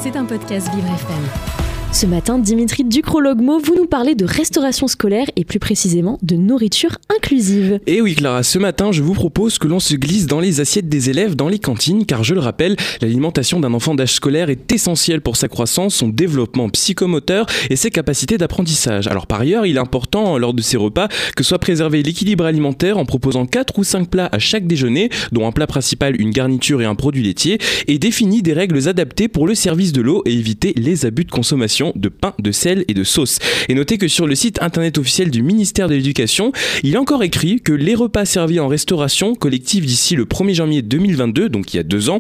C'est un podcast Vivre FM. Ce matin, Dimitri Ducrologmo, vous nous parlez de restauration scolaire et plus précisément de nourriture inclusive. Et oui Clara, ce matin je vous propose que l'on se glisse dans les assiettes des élèves dans les cantines car je le rappelle, l'alimentation d'un enfant d'âge scolaire est essentielle pour sa croissance, son développement psychomoteur et ses capacités d'apprentissage. Alors par ailleurs, il est important lors de ces repas que soit préservé l'équilibre alimentaire en proposant 4 ou 5 plats à chaque déjeuner, dont un plat principal, une garniture et un produit laitier, et définit des règles adaptées pour le service de l'eau et éviter les abus de consommation de pain, de sel et de sauce. Et notez que sur le site internet officiel du ministère de l'Éducation, il est encore écrit que les repas servis en restauration collective d'ici le 1er janvier 2022, donc il y a 2 ans,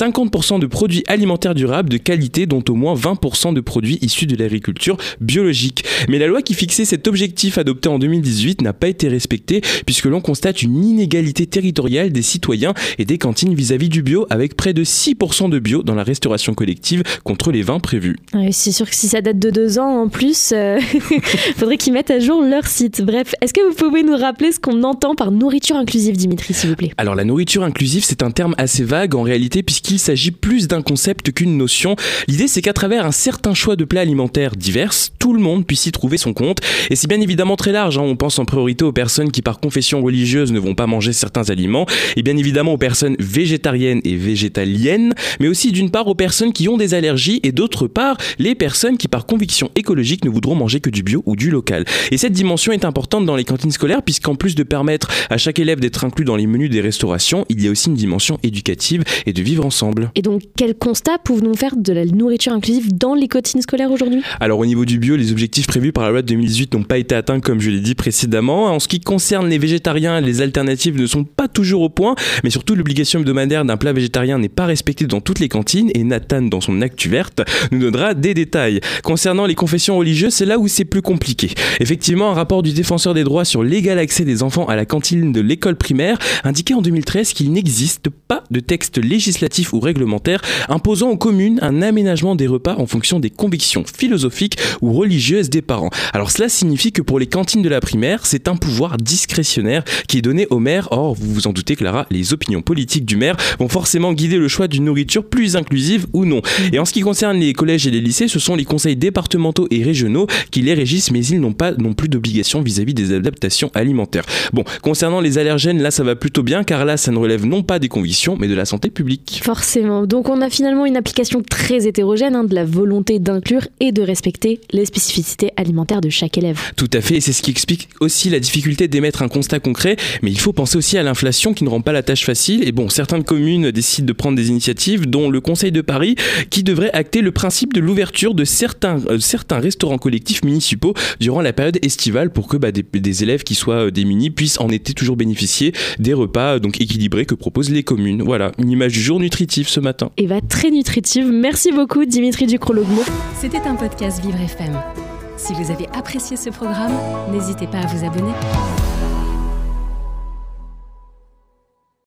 50% de produits alimentaires durables de qualité, dont au moins 20% de produits issus de l'agriculture biologique. Mais la loi qui fixait cet objectif adopté en 2018 n'a pas été respectée puisque l'on constate une inégalité territoriale des citoyens et des cantines vis-à-vis du bio, avec près de 6% de bio dans la restauration collective contre les 20 prévus. Ouais, c'est sûr que si ça date de 2 ans en plus, faudrait qu'ils mettent à jour leur site. Bref, est-ce que vous pouvez nous rappeler ce qu'on entend par nourriture inclusive, Dimitri, s'il vous plaît ? Alors la nourriture inclusive, c'est un terme assez vague en réalité puisqu'il s'agit plus d'un concept qu'une notion. L'idée, c'est qu'à travers un certain choix de plats alimentaires divers, tout le monde puisse y trouver son compte. Et c'est bien évidemment très large, hein. On pense en priorité aux personnes qui par confession religieuse ne vont pas manger certains aliments, et bien évidemment aux personnes végétariennes et végétaliennes, mais aussi d'une part aux personnes qui ont des allergies et d'autre part les personnes qui par conviction écologique ne voudront manger que du bio ou du local. Et cette dimension est importante dans les cantines scolaires puisqu'en plus de permettre à chaque élève d'être inclus dans les menus des restaurations, il y a aussi une dimension éducative et de vivre ensemble. Et donc quel constat pouvons-nous faire de la nourriture inclusive dans les cantines scolaires aujourd'hui ? Alors au niveau du bio, les objectifs prévus par la loi de 2018 n'ont pas été atteints comme je l'ai dit précédemment. En ce qui concerne les végétariens, les alternatives ne sont pas toujours au point, mais surtout l'obligation hebdomadaire d'un plat végétarien n'est pas respectée dans toutes les cantines et Nathan dans son actu verte nous donnera des détails. Concernant les confessions religieuses, c'est là où c'est plus compliqué. Effectivement, un rapport du défenseur des droits sur l'égal accès des enfants à la cantine de l'école primaire indiquait en 2013 qu'il n'existe pas de texte législatif ou réglementaire imposant aux communes un aménagement des repas en fonction des convictions philosophiques ou religieuses des parents. Alors cela signifie que pour les cantines de la primaire, c'est un pouvoir discrétionnaire qui est donné au maire. Or, vous vous en doutez Clara, les opinions politiques du maire vont forcément guider le choix d'une nourriture plus inclusive ou non. Et en ce qui concerne les collèges et les lycées, ce sont les conseils départementaux et régionaux qui les régissent, mais ils n'ont pas non plus d'obligation vis-à-vis des adaptations alimentaires. Bon, concernant les allergènes, là ça va plutôt bien car là ça ne relève non pas des convictions mais de la santé publique. Forcément, donc on a finalement une application très hétérogène de la volonté d'inclure et de respecter les spécificités alimentaires de chaque élève. Tout à fait, et c'est ce qui explique aussi la difficulté d'émettre un constat concret, mais il faut penser aussi à l'inflation qui ne rend pas la tâche facile. Et bon, certaines communes décident de prendre des initiatives, dont le Conseil de Paris qui devrait acter le principe de l'ouverture de certains restaurants collectifs municipaux durant la période estivale pour que des élèves qui soient démunis puissent en été toujours bénéficier des repas donc équilibrés que proposent les communes. Voilà, une image du jour nutritive ce matin. Et très nutritive. Merci beaucoup Dimitri Ducrologmo. C'était un podcast Vivre FM. Si vous avez apprécié ce programme, n'hésitez pas à vous abonner.